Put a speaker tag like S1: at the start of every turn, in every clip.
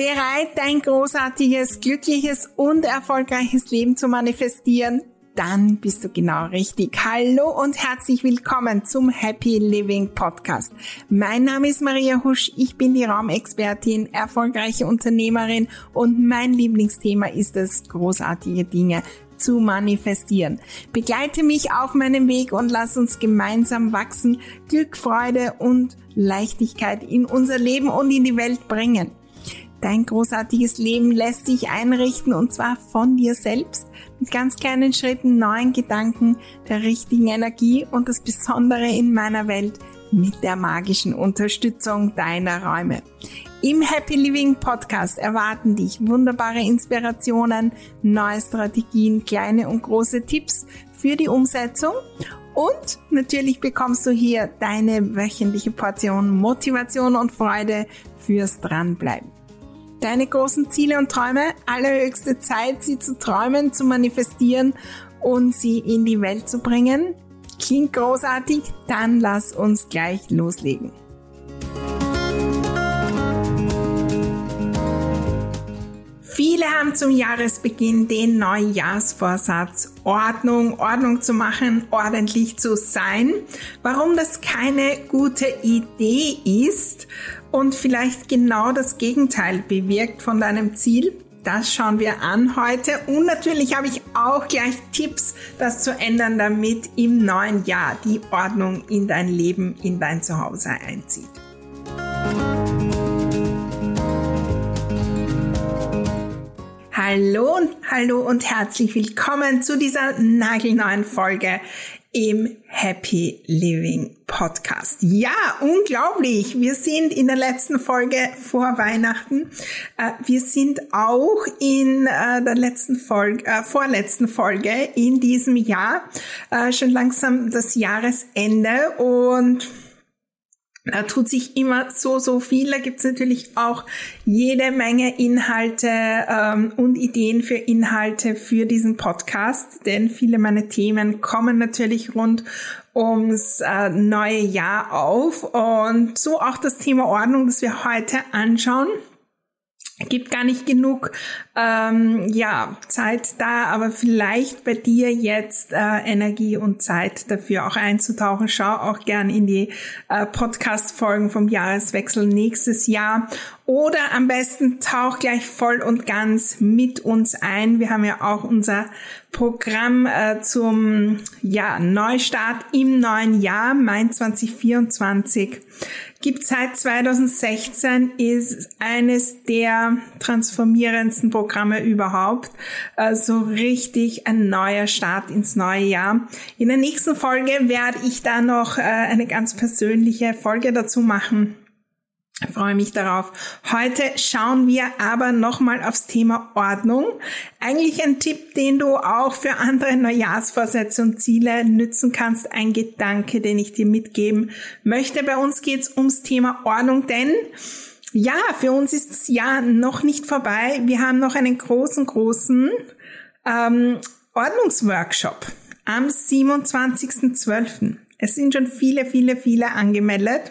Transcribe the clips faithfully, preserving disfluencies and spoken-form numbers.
S1: Bereit, dein großartiges, glückliches und erfolgreiches Leben zu manifestieren? Dann bist du genau richtig. Hallo und herzlich willkommen zum Happy Living Podcast. Mein Name ist Maria Husch, ich bin die Raumexpertin, erfolgreiche Unternehmerin und mein Lieblingsthema ist es, großartige Dinge zu manifestieren. Begleite mich auf meinem Weg und lass uns gemeinsam wachsen, Glück, Freude und Leichtigkeit in unser Leben und in die Welt bringen. Dein großartiges Leben lässt sich einrichten und zwar von dir selbst mit ganz kleinen Schritten, neuen Gedanken, der richtigen Energie und das Besondere in meiner Welt mit der magischen Unterstützung deiner Räume. Im Happy Living Podcast erwarten dich wunderbare Inspirationen, neue Strategien, kleine und große Tipps für die Umsetzung und natürlich bekommst du hier deine wöchentliche Portion Motivation und Freude fürs Dranbleiben. Deine großen Ziele und Träume, allerhöchste Zeit, sie zu träumen, zu manifestieren und sie in die Welt zu bringen. Klingt großartig? Dann lass uns gleich loslegen. Viele haben zum Jahresbeginn den Neujahrsvorsatz, Ordnung, Ordnung zu machen, ordentlich zu sein. Warum das keine gute Idee ist und vielleicht genau das Gegenteil bewirkt von deinem Ziel, das schauen wir an heute. Und natürlich habe ich auch gleich Tipps, das zu ändern, damit im neuen Jahr die Ordnung in dein Leben, in dein Zuhause einzieht. Hallo und hallo und herzlich willkommen zu dieser nagelneuen Folge im Happy Living Podcast. Ja, unglaublich. Wir sind in der letzten Folge vor Weihnachten. Wir sind auch in der letzten Folge, äh, vorletzten Folge in diesem Jahr. Schon langsam das Jahresende und da tut sich immer so, so viel. Da gibt's natürlich auch jede Menge Inhalte ähm, und Ideen für Inhalte für diesen Podcast, denn viele meiner Themen kommen natürlich rund ums äh, neue Jahr auf und so auch das Thema Ordnung, das wir heute anschauen. Gibt gar nicht genug ähm, ja Zeit da, aber vielleicht bei dir jetzt äh, Energie und Zeit dafür auch einzutauchen. Schau auch gern in die äh, Podcast-Folgen vom Jahreswechsel nächstes Jahr oder am besten tauch gleich voll und ganz mit uns ein. Wir haben ja auch unser Programm äh, zum ja Neustart im neuen Jahr, Mai zwanzig vierundzwanzig. Gibt seit zweitausendsechzehn, ist eines der transformierendsten Programme überhaupt. Also richtig ein neuer Start ins neue Jahr. In der nächsten Folge werde ich da noch äh, eine ganz persönliche Folge dazu machen. Ich freue mich darauf. Heute schauen wir aber nochmal aufs Thema Ordnung. Eigentlich ein Tipp, den du auch für andere Neujahrsvorsätze und Ziele nützen kannst. Ein Gedanke, den ich dir mitgeben möchte. Bei uns geht es ums Thema Ordnung, denn ja, für uns ist das Jahr noch nicht vorbei. Wir haben noch einen großen, großen ähm, Ordnungsworkshop am siebenundzwanzigsten zwölften Es sind schon viele, viele, viele angemeldet.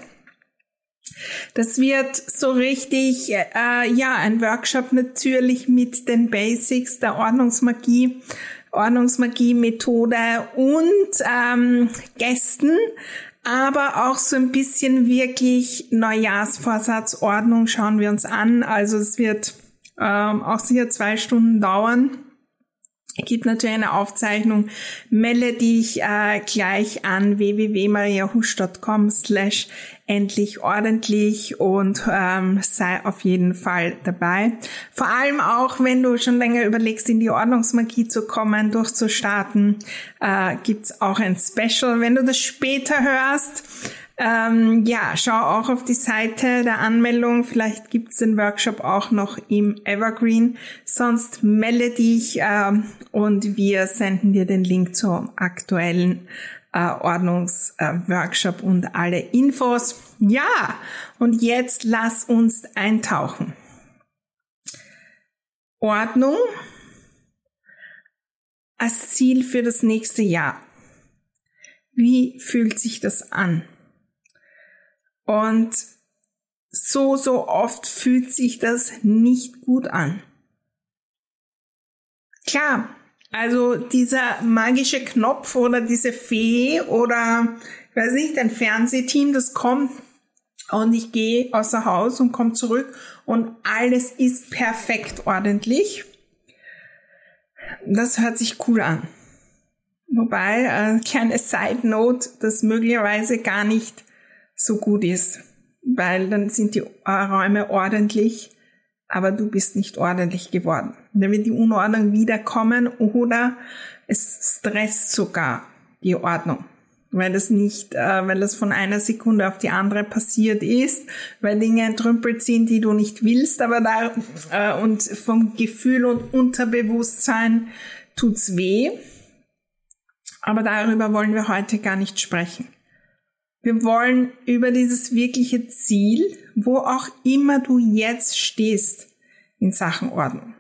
S1: Das wird so richtig, äh, ja, ein Workshop natürlich mit den Basics der Ordnungsmagie, Ordnungsmagie-Methode und ähm, Gästen, aber auch so ein bisschen wirklich Neujahrsvorsatz, Ordnung schauen wir uns an. Also es wird ähm, auch sicher zwei Stunden dauern. Es gibt natürlich eine Aufzeichnung, melde dich äh, gleich an w w w punkt maria husch punkt com slash endlich ordentlich und ähm, sei auf jeden Fall dabei. Vor allem auch, wenn du schon länger überlegst, in die Ordnungsmagie zu kommen, durchzustarten, äh, gibt's auch ein Special. Wenn du das später hörst, Ähm, ja, schau auch auf die Seite der Anmeldung. Vielleicht gibt's den Workshop auch noch im Evergreen. Sonst melde dich ähm, und wir senden dir den Link zum aktuellen äh, Ordnungsworkshop äh, und alle Infos. Ja, und jetzt lass uns eintauchen. Ordnung als Ziel für das nächste Jahr. Wie fühlt sich das an? Und so, so oft fühlt sich das nicht gut an. Klar, also dieser magische Knopf oder diese Fee oder, ich weiß nicht, ein Fernsehteam, das kommt und ich gehe außer Haus und komme zurück und alles ist perfekt ordentlich. Das hört sich cool an. Wobei, äh, kleine Side Note, das möglicherweise gar nicht so gut ist, weil dann sind die Räume ordentlich, aber du bist nicht ordentlich geworden. Dann wird die Unordnung wiederkommen oder es stresst sogar die Ordnung, weil das nicht, äh, weil das von einer Sekunde auf die andere passiert ist, weil Dinge entrümpelt sind, die du nicht willst, aber da äh, und vom Gefühl und Unterbewusstsein tut's weh. Aber darüber wollen wir heute gar nicht sprechen. Wir wollen über dieses wirkliche Ziel, wo auch immer du jetzt stehst in Sachen Ordnung.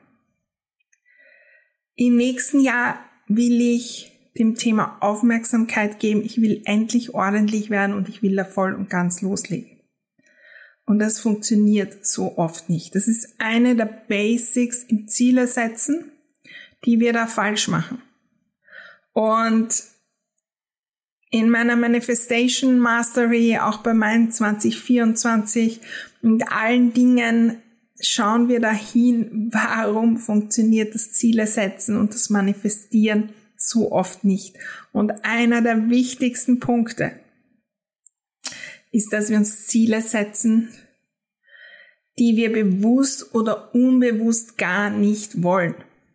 S1: Im nächsten Jahr will ich dem Thema Aufmerksamkeit geben. Ich will endlich ordentlich werden und ich will da voll und ganz loslegen. Und das funktioniert so oft nicht. Das ist eine der Basics im Ziele setzen, die wir da falsch machen. Und in meiner Manifestation Mastery, auch bei meinen zwanzig vierundzwanzig und allen Dingen schauen wir dahin, warum funktioniert das Ziele setzen und das Manifestieren so oft nicht. Und einer der wichtigsten Punkte ist, dass wir uns Ziele setzen, die wir bewusst oder unbewusst gar nicht wollen.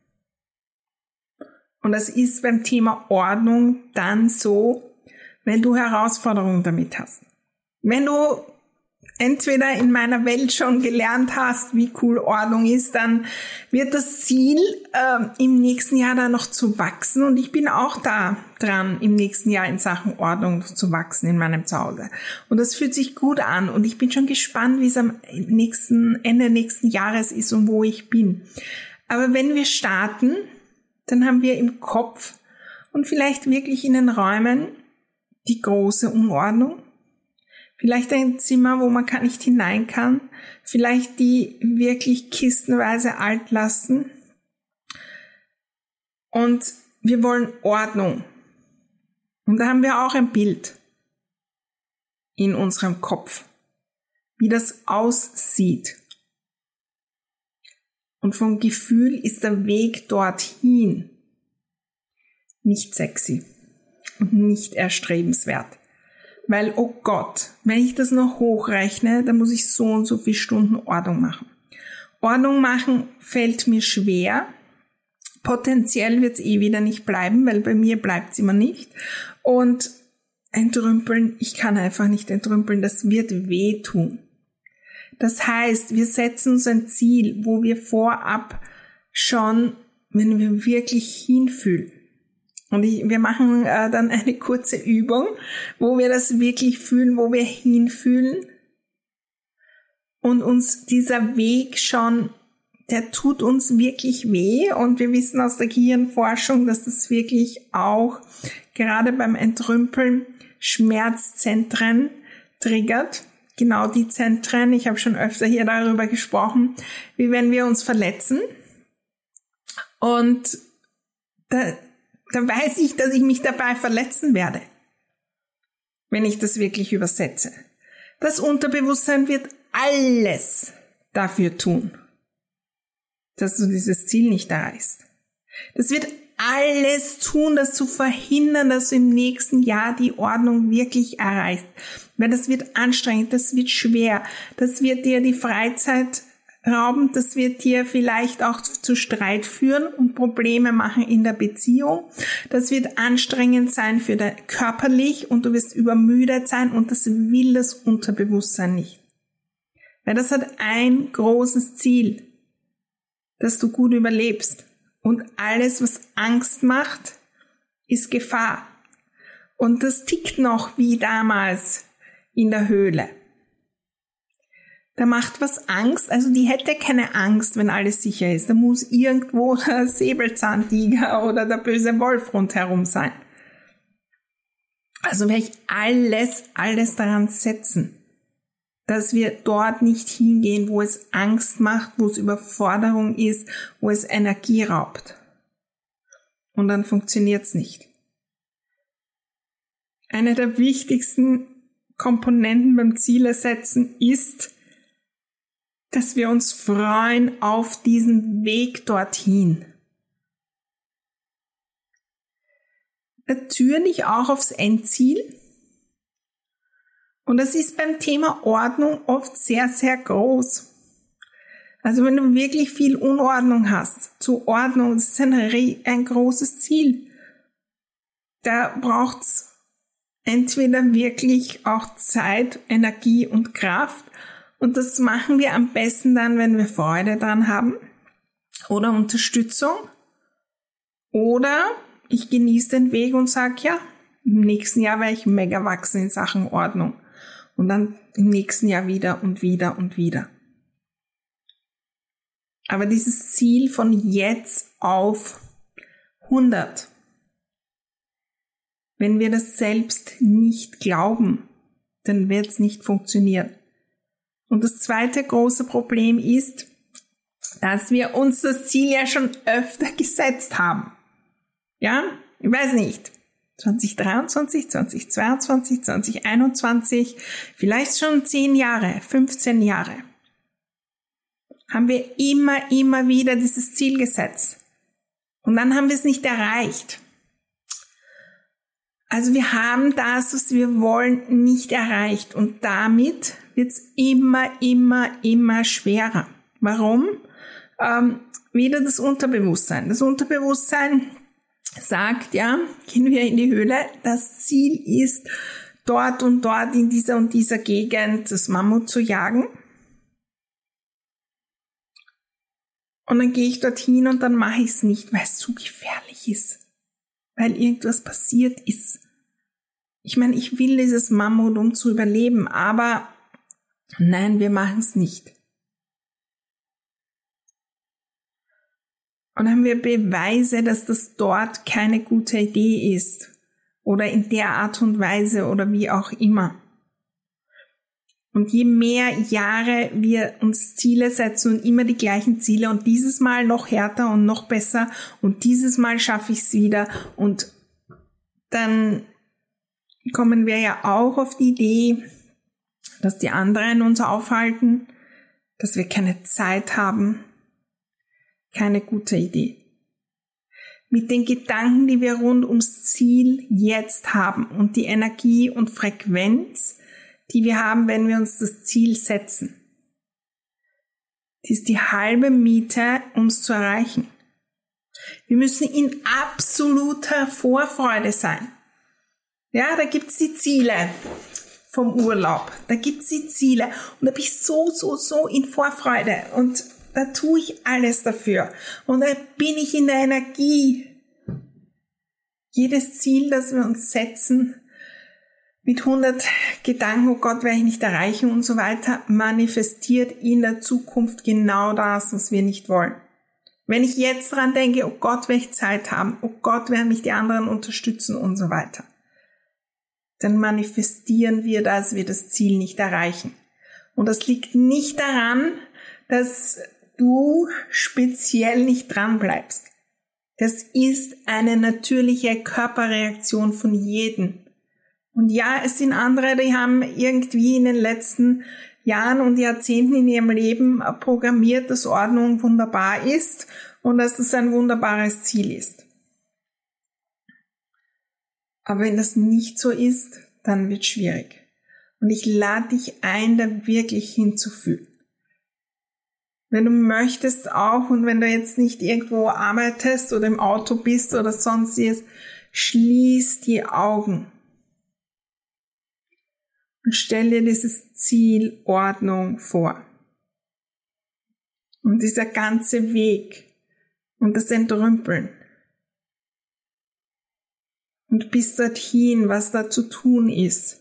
S1: Und das ist beim Thema Ordnung dann so, wenn du Herausforderungen damit hast. Wenn du entweder in meiner Welt schon gelernt hast, wie cool Ordnung ist, dann wird das Ziel äh, im nächsten Jahr da noch zu wachsen. Und ich bin auch da dran, im nächsten Jahr in Sachen Ordnung zu wachsen in meinem Zuhause. Und das fühlt sich gut an. Und ich bin schon gespannt, wie es am nächsten, Ende nächsten Jahres ist und wo ich bin. Aber wenn wir starten, dann haben wir im Kopf und vielleicht wirklich in den Räumen die große Unordnung. Vielleicht ein Zimmer, wo man gar nicht hinein kann. Vielleicht die wirklich kistenweise Altlasten. Und wir wollen Ordnung. Und da haben wir auch ein Bild in unserem Kopf, wie das aussieht. Und vom Gefühl ist der Weg dorthin nicht sexy und nicht erstrebenswert. Weil, oh Gott, wenn ich das noch hochrechne, dann muss ich so und so viele Stunden Ordnung machen. Ordnung machen fällt mir schwer. Potenziell wird es eh wieder nicht bleiben, weil bei mir bleibt es immer nicht. Und entrümpeln, ich kann einfach nicht entrümpeln, das wird wehtun. Das heißt, wir setzen uns ein Ziel, wo wir vorab schon, wenn wir wirklich hinfühlen. Und ich, wir machen äh, dann eine kurze Übung, wo wir das wirklich fühlen, wo wir hinfühlen und uns dieser Weg schon, der tut uns wirklich weh. Und wir wissen aus der Gehirnforschung, dass das wirklich auch gerade beim Entrümpeln Schmerzzentren triggert. Genau die Zentren, ich habe schon öfter hier darüber gesprochen, wie wenn wir uns verletzen. Und da, da weiß ich, dass ich mich dabei verletzen werde, wenn ich das wirklich übersetze. Das Unterbewusstsein wird alles dafür tun, dass du dieses Ziel nicht erreichst. Das wird alles tun, das zu verhindern, dass du im nächsten Jahr die Ordnung wirklich erreichst. Weil das wird anstrengend, das wird schwer, das wird dir die Freizeit rauben, das wird dir vielleicht auch zu Streit führen und Probleme machen in der Beziehung. Das wird anstrengend sein für dein körperlich und du wirst übermüdet sein und das will das Unterbewusstsein nicht. Weil das hat ein großes Ziel, dass du gut überlebst. Und alles, was Angst macht, ist Gefahr. Und das tickt noch wie damals in der Höhle. Da macht was Angst, also die hätte keine Angst, wenn alles sicher ist. Da muss irgendwo der Säbelzahntiger oder der böse Wolf rundherum sein. Also werde ich alles, alles daran setzen, dass wir dort nicht hingehen, wo es Angst macht, wo es Überforderung ist, wo es Energie raubt. Und dann funktioniert's nicht. Eine der wichtigsten Komponenten beim Zielesetzen ist, dass wir uns freuen auf diesen Weg dorthin. Natürlich auch aufs Endziel. Und das ist beim Thema Ordnung oft sehr, sehr groß. Also wenn du wirklich viel Unordnung hast, zur Ordnung, das ist ein, ein großes Ziel. Da braucht's entweder wirklich auch Zeit, Energie und Kraft. Und das machen wir am besten dann, wenn wir Freude dran haben oder Unterstützung. Oder ich genieße den Weg und sage, ja, im nächsten Jahr werde ich mega wachsen in Sachen Ordnung. Und dann im nächsten Jahr wieder und wieder und wieder. Aber dieses Ziel von jetzt auf hundert, wenn wir das selbst nicht glauben, dann wird es nicht funktionieren. Und das zweite große Problem ist, dass wir uns das Ziel ja schon öfter gesetzt haben. Ja, ich weiß nicht. zwanzig dreiundzwanzig, zwanzig zweiundzwanzig, zwanzig einundzwanzig, vielleicht schon zehn Jahre, fünfzehn Jahre, haben wir immer, immer wieder dieses Ziel gesetzt. Und dann haben wir es nicht erreicht. Also wir haben das, was wir wollen, nicht erreicht. Und damit wird es immer, immer, immer schwerer. Warum? Ähm, wieder das Unterbewusstsein. Das Unterbewusstsein sagt, ja, gehen wir in die Höhle, das Ziel ist, dort und dort in dieser und dieser Gegend das Mammut zu jagen. Und dann gehe ich dorthin und dann mache ich es nicht, weil es zu gefährlich ist. Weil irgendwas passiert ist. Ich meine, ich will dieses Mammut, um zu überleben, aber nein, wir machen es nicht. Und dann haben wir Beweise, dass das dort keine gute Idee ist. Oder in der Art und Weise oder wie auch immer. Und je mehr Jahre wir uns Ziele setzen und immer die gleichen Ziele und dieses Mal noch härter und noch besser und dieses Mal schaffe ich es wieder und dann kommen wir ja auch auf die Idee, dass die anderen uns aufhalten, dass wir keine Zeit haben. Keine gute Idee. Mit den Gedanken, die wir rund ums Ziel jetzt haben und die Energie und Frequenz, die wir haben, wenn wir uns das Ziel setzen. Die ist die halbe Miete, um es zu erreichen. Wir müssen in absoluter Vorfreude sein. Ja, da gibt's die Ziele vom Urlaub. Da gibt's die Ziele. Und da bin ich so, so, so in Vorfreude. Und da tue ich alles dafür. Und da bin ich in der Energie. Jedes Ziel, das wir uns setzen, mit hundert Gedanken, oh Gott, werde ich nicht erreichen und so weiter, manifestiert in der Zukunft genau das, was wir nicht wollen. Wenn ich jetzt dran denke, oh Gott, werde ich Zeit haben, oh Gott, werden mich die anderen unterstützen und so weiter, dann manifestieren wir, dass wir das Ziel nicht erreichen. Und das liegt nicht daran, dass du speziell nicht dran bleibst. Das ist eine natürliche Körperreaktion von jedem. Und ja, es sind andere, die haben irgendwie in den letzten Jahren und Jahrzehnten in ihrem Leben programmiert, dass Ordnung wunderbar ist und dass das ein wunderbares Ziel ist. Aber wenn das nicht so ist, dann wird es schwierig. Und ich lade dich ein, da wirklich hinzufühlen. Wenn du möchtest auch und wenn du jetzt nicht irgendwo arbeitest oder im Auto bist oder sonstiges, schließ die Augen. Und stell dir dieses Ziel Ordnung vor. Und dieser ganze Weg und das Entrümpeln. Und bis dorthin, was da zu tun ist.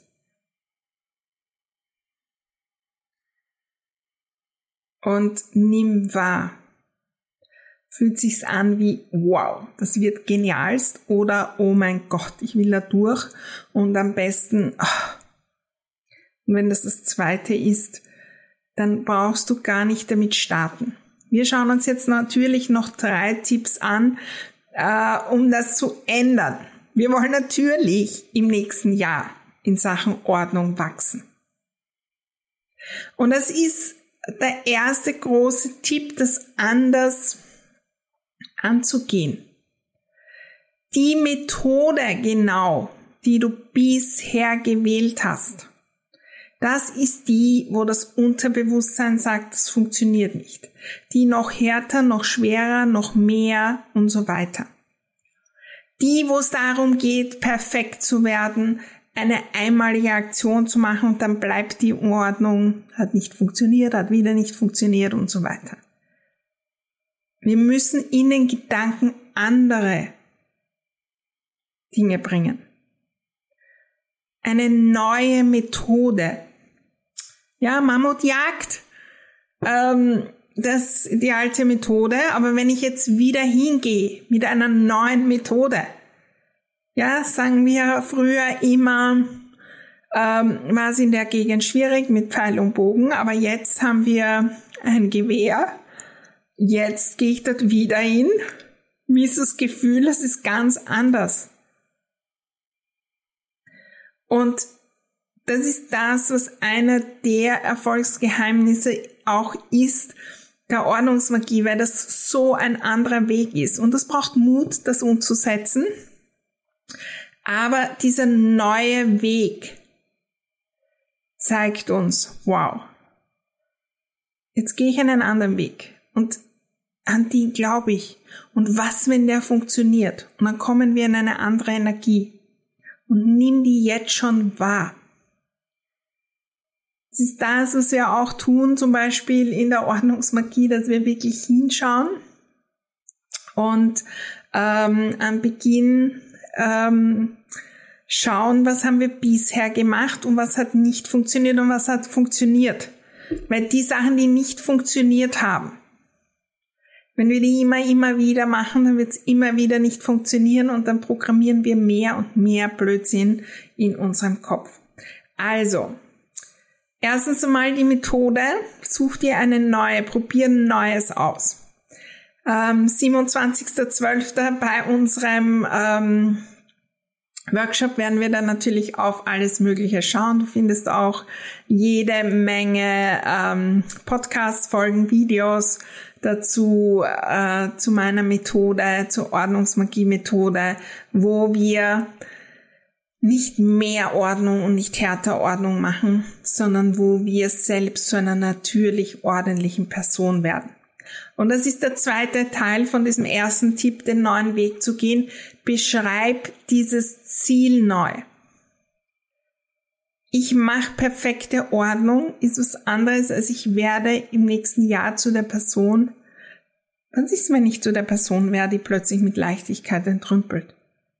S1: Und nimm wahr. Fühlt sich's an wie, wow, das wird genialst oder, oh mein Gott, ich will da durch und am besten, oh, Und wenn das das zweite ist, dann brauchst du gar nicht damit starten. Wir schauen uns jetzt natürlich noch drei Tipps an, äh, um das zu ändern. Wir wollen natürlich im nächsten Jahr in Sachen Ordnung wachsen. Und das ist der erste große Tipp, das anders anzugehen. Die Methode genau, die du bisher gewählt hast, das ist die, wo das Unterbewusstsein sagt, das funktioniert nicht. Die noch härter, noch schwerer, noch mehr und so weiter. Die, wo es darum geht, perfekt zu werden, eine einmalige Aktion zu machen und dann bleibt die Ordnung, hat nicht funktioniert, hat wieder nicht funktioniert und so weiter. Wir müssen in den Gedanken andere Dinge bringen. Eine neue Methode. Ja, Mammutjagd, ähm, das ist die alte Methode, aber wenn ich jetzt wieder hingehe mit einer neuen Methode, ja, sagen wir früher immer, ähm, war es in der Gegend schwierig mit Pfeil und Bogen, aber jetzt haben wir ein Gewehr, jetzt gehe ich dort wieder hin, wie ist das Gefühl, es ist ganz anders. Und das ist das, was einer der Erfolgsgeheimnisse auch ist, der Ordnungsmagie, weil das so ein anderer Weg ist. Und es braucht Mut, das umzusetzen. Aber dieser neue Weg zeigt uns, wow, jetzt gehe ich einen anderen Weg. Und an den glaube ich. Und was, wenn der funktioniert? Und dann kommen wir in eine andere Energie. Und nimm die jetzt schon wahr. Das ist das, was wir auch tun, zum Beispiel in der Ordnungsmagie, dass wir wirklich hinschauen und ähm, am Beginn ähm, schauen, was haben wir bisher gemacht und was hat nicht funktioniert und was hat funktioniert. Weil die Sachen, die nicht funktioniert haben, wenn wir die immer, immer wieder machen, dann wird es immer wieder nicht funktionieren und dann programmieren wir mehr und mehr Blödsinn in unserem Kopf. Also, erstens einmal die Methode, such dir eine neue, probier ein Neues aus. Ähm, siebenundzwanzigster zwölfter bei unserem ähm, Workshop werden wir dann natürlich auf alles Mögliche schauen. Du findest auch jede Menge ähm, Podcasts, Folgen, Videos dazu, äh, zu meiner Methode, zur Ordnungsmagie-Methode, wo wir nicht mehr Ordnung und nicht härter Ordnung machen, sondern wo wir selbst zu einer natürlich ordentlichen Person werden. Und das ist der zweite Teil von diesem ersten Tipp, den neuen Weg zu gehen. Beschreib dieses Ziel neu. Ich mache perfekte Ordnung, ist was anderes, als ich werde im nächsten Jahr zu der Person. Was ist, wenn ich zu der Person werde, die plötzlich mit Leichtigkeit entrümpelt?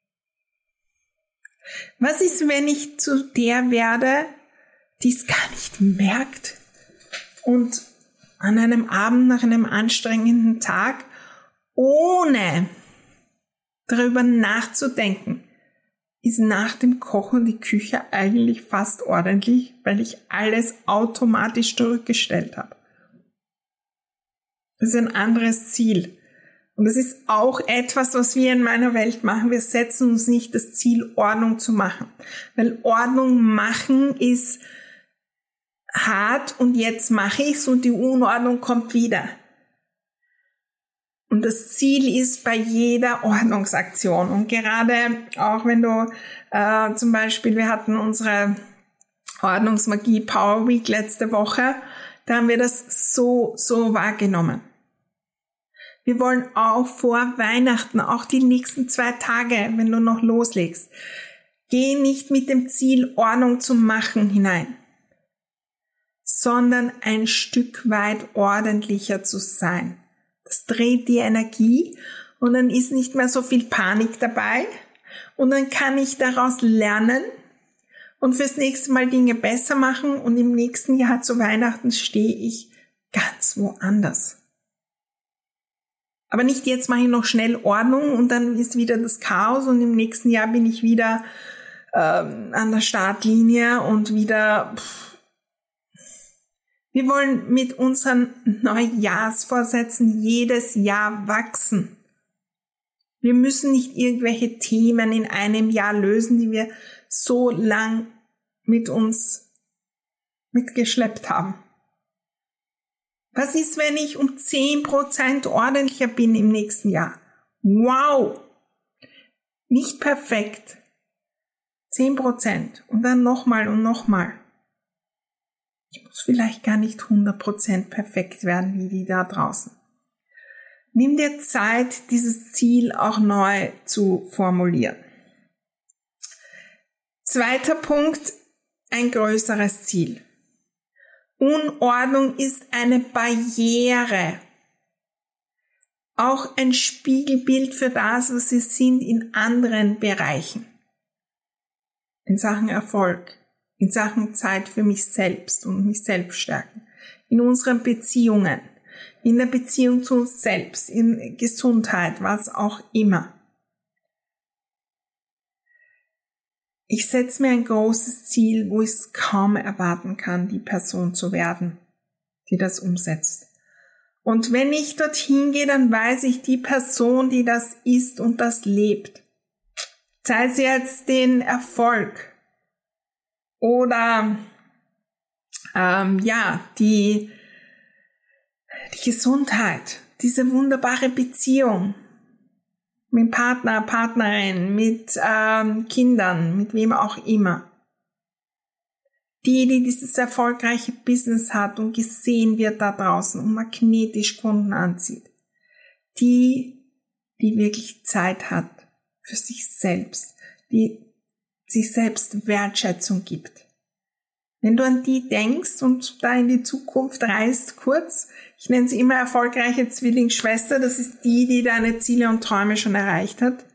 S1: Was ist, wenn ich zu der werde, die es gar nicht merkt und an einem Abend nach einem anstrengenden Tag, ohne darüber nachzudenken, ist nach dem Kochen die Küche eigentlich fast ordentlich, weil ich alles automatisch zurückgestellt habe. Das ist ein anderes Ziel. Und das ist auch etwas, was wir in meiner Welt machen. Wir setzen uns nicht das Ziel, Ordnung zu machen. Weil Ordnung machen ist hart und jetzt mache ich's und die Unordnung kommt wieder. Und das Ziel ist bei jeder Ordnungsaktion. Und gerade auch wenn du äh, zum Beispiel, wir hatten unsere Ordnungsmagie Power Week letzte Woche, da haben wir das so, so wahrgenommen. Wir wollen auch vor Weihnachten, auch die nächsten zwei Tage, wenn du noch loslegst, geh nicht mit dem Ziel, Ordnung zu machen hinein, sondern ein Stück weit ordentlicher zu sein. Das dreht die Energie und dann ist nicht mehr so viel Panik dabei und dann kann ich daraus lernen und fürs nächste Mal Dinge besser machen und im nächsten Jahr zu Weihnachten stehe ich ganz woanders. Aber nicht jetzt mache ich noch schnell Ordnung und dann ist wieder das Chaos und im nächsten Jahr bin ich wieder ähm, an der Startlinie und wieder pff, Wir wollen mit unseren Neujahrsvorsätzen jedes Jahr wachsen. Wir müssen nicht irgendwelche Themen in einem Jahr lösen, die wir so lang mit uns mitgeschleppt haben. Was ist, wenn ich um zehn Prozent ordentlicher bin im nächsten Jahr? Wow! Nicht perfekt. zehn Prozent und dann nochmal und nochmal. Ich muss vielleicht gar nicht hundert Prozent perfekt werden wie die da draußen. Nimm dir Zeit, dieses Ziel auch neu zu formulieren. Zweiter Punkt, ein größeres Ziel. Unordnung ist eine Barriere. Auch ein Spiegelbild für das, was wir sind in anderen Bereichen. In Sachen Erfolg. In Sachen Zeit für mich selbst und mich selbst stärken. In unseren Beziehungen, in der Beziehung zu uns selbst, in Gesundheit, was auch immer. Ich setze mir ein großes Ziel, wo ich es kaum erwarten kann, die Person zu werden, die das umsetzt. Und wenn ich dorthin gehe, dann weiß ich, die Person, die das ist und das lebt, sei es jetzt den Erfolg, oder ähm, ja, die, die Gesundheit, diese wunderbare Beziehung mit Partner, Partnerin, mit ähm, Kindern, mit wem auch immer. Die, die dieses erfolgreiche Business hat und gesehen wird da draußen und magnetisch Kunden anzieht. Die, die wirklich Zeit hat für sich selbst, die sich selbst Wertschätzung gibt. Wenn du an die denkst und da in die Zukunft reist, kurz, ich nenne sie immer erfolgreiche Zwillingsschwester, das ist die, die deine Ziele und Träume schon erreicht hat.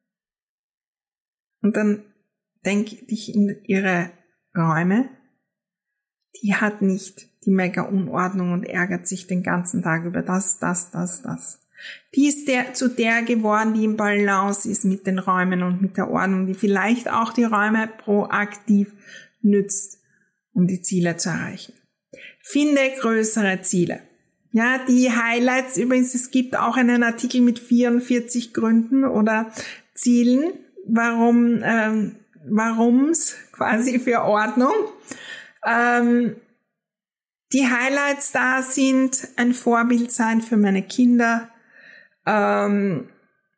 S1: Und dann denk dich in ihre Räume, die hat nicht die mega Unordnung und ärgert sich den ganzen Tag über das, das, das, das. Die ist der, zu der geworden, die im Balance ist mit den Räumen und mit der Ordnung, die vielleicht auch die Räume proaktiv nützt, um die Ziele zu erreichen. Finde größere Ziele. Ja, die Highlights übrigens, es gibt auch einen Artikel mit vierundvierzig Gründen oder Zielen, warum, ähm, warum's quasi für Ordnung. Ähm, die Highlights da sind ein Vorbild sein für meine Kinder, Ähm,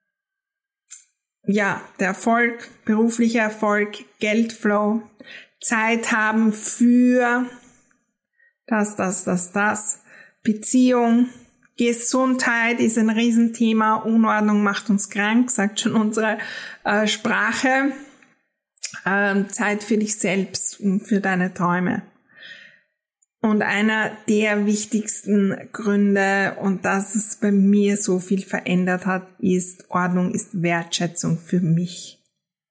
S1: ja, der Erfolg, beruflicher Erfolg, Geldflow, Zeit haben für das, das, das, das, Beziehung, Gesundheit ist ein Riesenthema, Unordnung macht uns krank, sagt schon unsere äh, Sprache, ähm, Zeit für dich selbst und für deine Träume. Und einer der wichtigsten Gründe, und dass es bei mir so viel verändert hat, ist, Ordnung ist Wertschätzung für mich.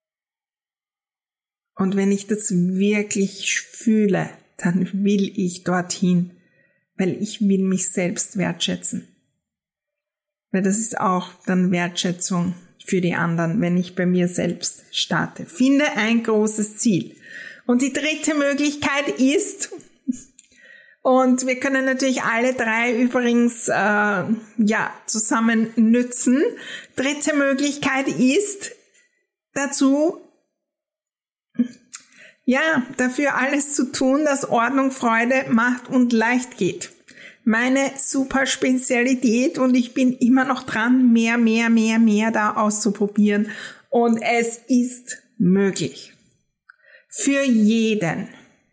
S1: Und wenn ich das wirklich fühle, dann will ich dorthin, weil ich will mich selbst wertschätzen. Weil das ist auch dann Wertschätzung für die anderen, wenn ich bei mir selbst starte. Finde ein großes Ziel. Und die dritte Möglichkeit ist, und wir können natürlich alle drei übrigens äh, ja zusammen nützen. Dritte Möglichkeit ist dazu, ja, dafür alles zu tun, dass Ordnung, Freude, Macht und leicht geht. Meine super Spezialität, und ich bin immer noch dran, mehr, mehr, mehr, mehr da auszuprobieren. Und es ist möglich. Für jeden.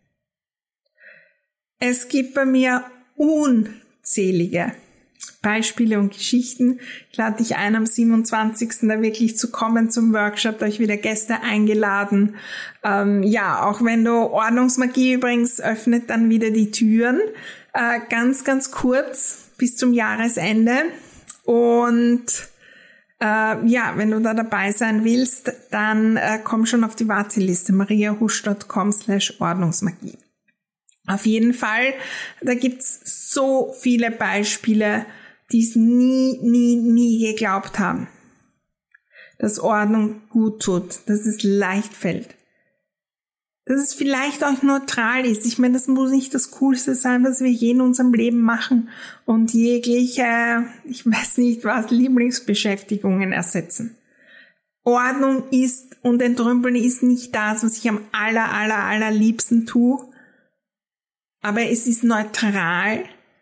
S1: Es gibt bei mir unzählige Beispiele und Geschichten. Ich lade dich ein, am siebenundzwanzigsten da wirklich zu kommen zum Workshop. Da habe ich wieder Gäste eingeladen. Ähm, ja, auch wenn du Ordnungsmagie übrigens öffnet dann wieder die Türen. Äh, ganz, ganz kurz bis zum Jahresende. Und äh, ja, wenn du da dabei sein willst, dann äh, komm schon auf die Warteliste mariahusch punkt com slash Ordnungsmagie. Auf jeden Fall, da gibt's so viele Beispiele, die es nie, nie, nie geglaubt haben, dass Ordnung gut tut, dass es leicht fällt. dass es vielleicht auch neutral ist. Ich meine, das muss nicht das Coolste sein, was wir je in unserem Leben machen und jegliche, ich weiß nicht was, Lieblingsbeschäftigungen ersetzen. Ordnung ist und Entrümpeln ist nicht das, was ich am aller, aller, aller liebsten tue, aber es ist neutral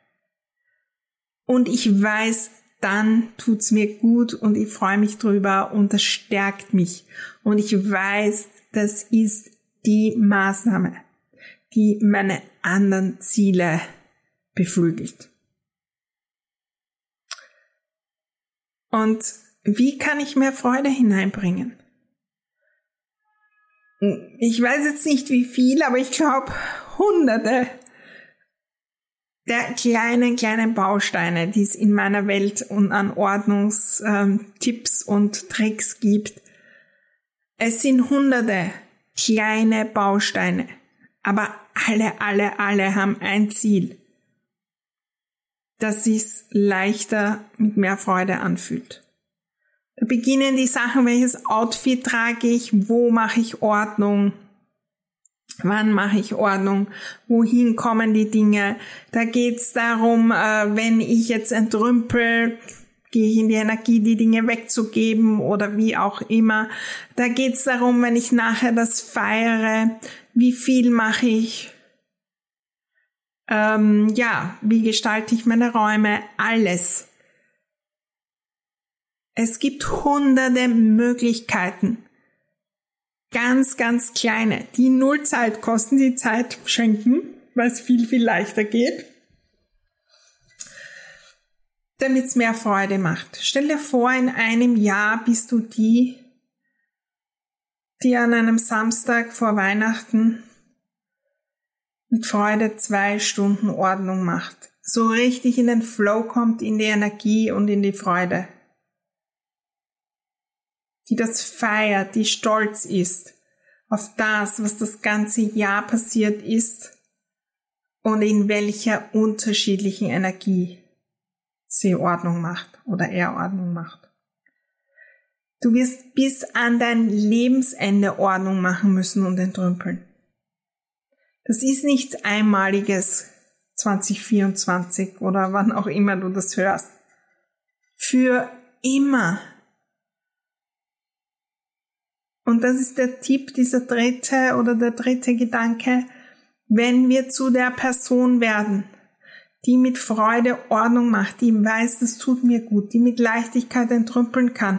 S1: und ich weiß, dann tut's mir gut und ich freue mich drüber und das stärkt mich und ich weiß, das ist die Maßnahme, die meine anderen Ziele beflügelt. Und wie kann ich mehr Freude hineinbringen? Ich weiß jetzt nicht wie viel, aber ich glaube hunderte der kleinen, kleinen Bausteine, die es in meiner Welt und an Ordnungstipps und Tricks gibt. Es sind hunderte kleine Bausteine, aber alle, alle, alle haben ein Ziel, dass es leichter mit mehr Freude anfühlt. Da beginnen die Sachen, welches Outfit trage ich, wo mache ich Ordnung, wann mache ich Ordnung, wohin kommen die Dinge. Da geht's darum, wenn ich jetzt entrümpel, gehe ich in die Energie, die Dinge wegzugeben oder wie auch immer. Da geht's darum, wenn ich nachher das feiere, wie viel mache ich, ähm, ja, wie gestalte ich meine Räume, alles. Es gibt hunderte Möglichkeiten, ganz, ganz kleine, die null Zeit kosten, die Zeit schenken, weil es viel, viel leichter geht, damit es mehr Freude macht. Stell dir vor, in einem Jahr bist du die, die an einem Samstag vor Weihnachten mit Freude zwei Stunden Ordnung macht. So richtig in den Flow kommt, in die Energie und in die Freude. Die das feiert, die stolz ist auf das, was das ganze Jahr passiert ist und in welcher unterschiedlichen Energie sie Ordnung macht oder er Ordnung macht. Du wirst bis an dein Lebensende Ordnung machen müssen und entrümpeln. Das ist nichts Einmaliges zwanzig vierundzwanzig oder wann auch immer du das hörst. Für immer. Und das ist der Tipp, dieser dritte oder der dritte Gedanke, wenn wir zu der Person werden, die mit Freude Ordnung macht, die weiß, das tut mir gut, die mit Leichtigkeit entrümpeln kann,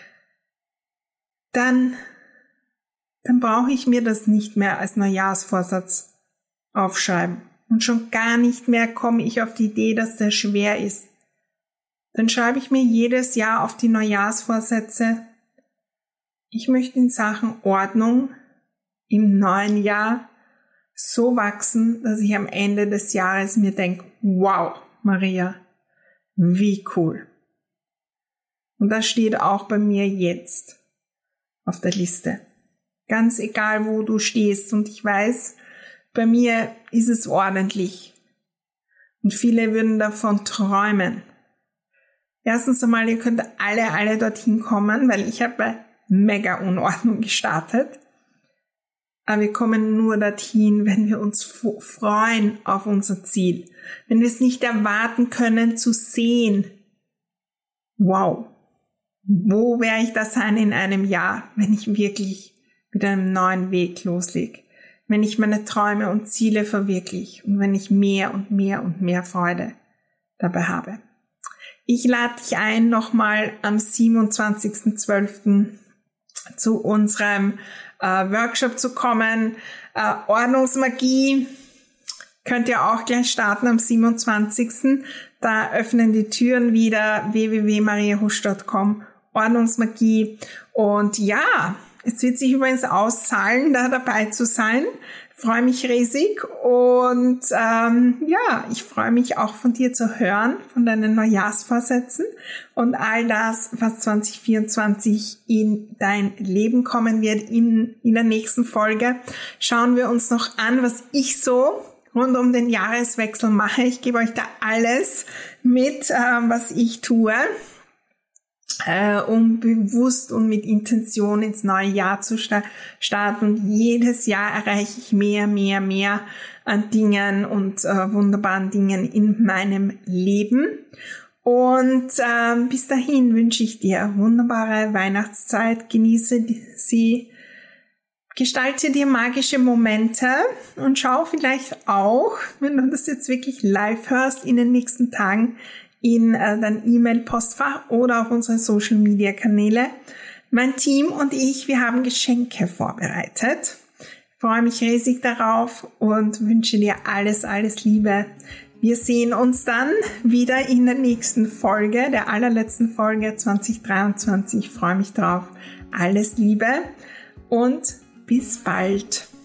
S1: dann, dann brauche ich mir das nicht mehr als Neujahrsvorsatz aufschreiben. Und schon gar nicht mehr komme ich auf die Idee, dass der schwer ist. Dann schreibe ich mir jedes Jahr auf die Neujahrsvorsätze, ich möchte in Sachen Ordnung im neuen Jahr so wachsen, dass ich am Ende des Jahres mir denke, wow, Maria, wie cool. Und das steht auch bei mir jetzt auf der Liste. Ganz egal, wo du stehst. Und ich weiß, bei mir ist es ordentlich. Und viele würden davon träumen. Erstens einmal, ihr könnt alle, alle dorthin kommen, weil ich habe bei mega Unordnung gestartet. Aber wir kommen nur dorthin, wenn wir uns freuen auf unser Ziel. Wenn wir es nicht erwarten können zu sehen, wow, wo wäre ich da sein in einem Jahr, wenn ich wirklich mit einem neuen Weg loslege, wenn ich meine Träume und Ziele verwirkliche und wenn ich mehr und mehr und mehr Freude dabei habe. Ich lade dich ein, nochmal am siebenundzwanzigsten zwölften zu unserem äh, Workshop zu kommen. Äh, Ordnungsmagie könnt ihr auch gleich starten am siebenundzwanzigsten Da öffnen die Türen wieder w w w punkt maria husch punkt com. Ordnungsmagie. Und ja, es wird sich übrigens auszahlen, da dabei zu sein. Ich freue mich riesig und ähm, ja, ich freue mich auch von dir zu hören, von deinen Neujahrsvorsätzen und all das, was zwanzig vierundzwanzig in dein Leben kommen wird. In, in der nächsten Folge schauen wir uns noch an, was ich so rund um den Jahreswechsel mache. Ich gebe euch da alles mit, ähm, was ich tue. äh, um bewusst und mit Intention ins neue Jahr zu sta- starten. Und jedes Jahr erreiche ich mehr, mehr, mehr an Dingen und äh, wunderbaren Dingen in meinem Leben. Und äh, bis dahin wünsche ich dir wunderbare Weihnachtszeit, genieße sie, gestalte dir magische Momente und schau vielleicht auch, wenn du das jetzt wirklich live hörst, in den nächsten Tagen in äh, dein E-Mail-Postfach oder auf unsere Social-Media-Kanäle. Mein Team und ich, wir haben Geschenke vorbereitet. Ich freue mich riesig darauf und wünsche dir alles, alles Liebe. Wir sehen uns dann wieder in der nächsten Folge, der allerletzten Folge zwanzig dreiundzwanzig. Ich freue mich drauf. Alles Liebe und bis bald.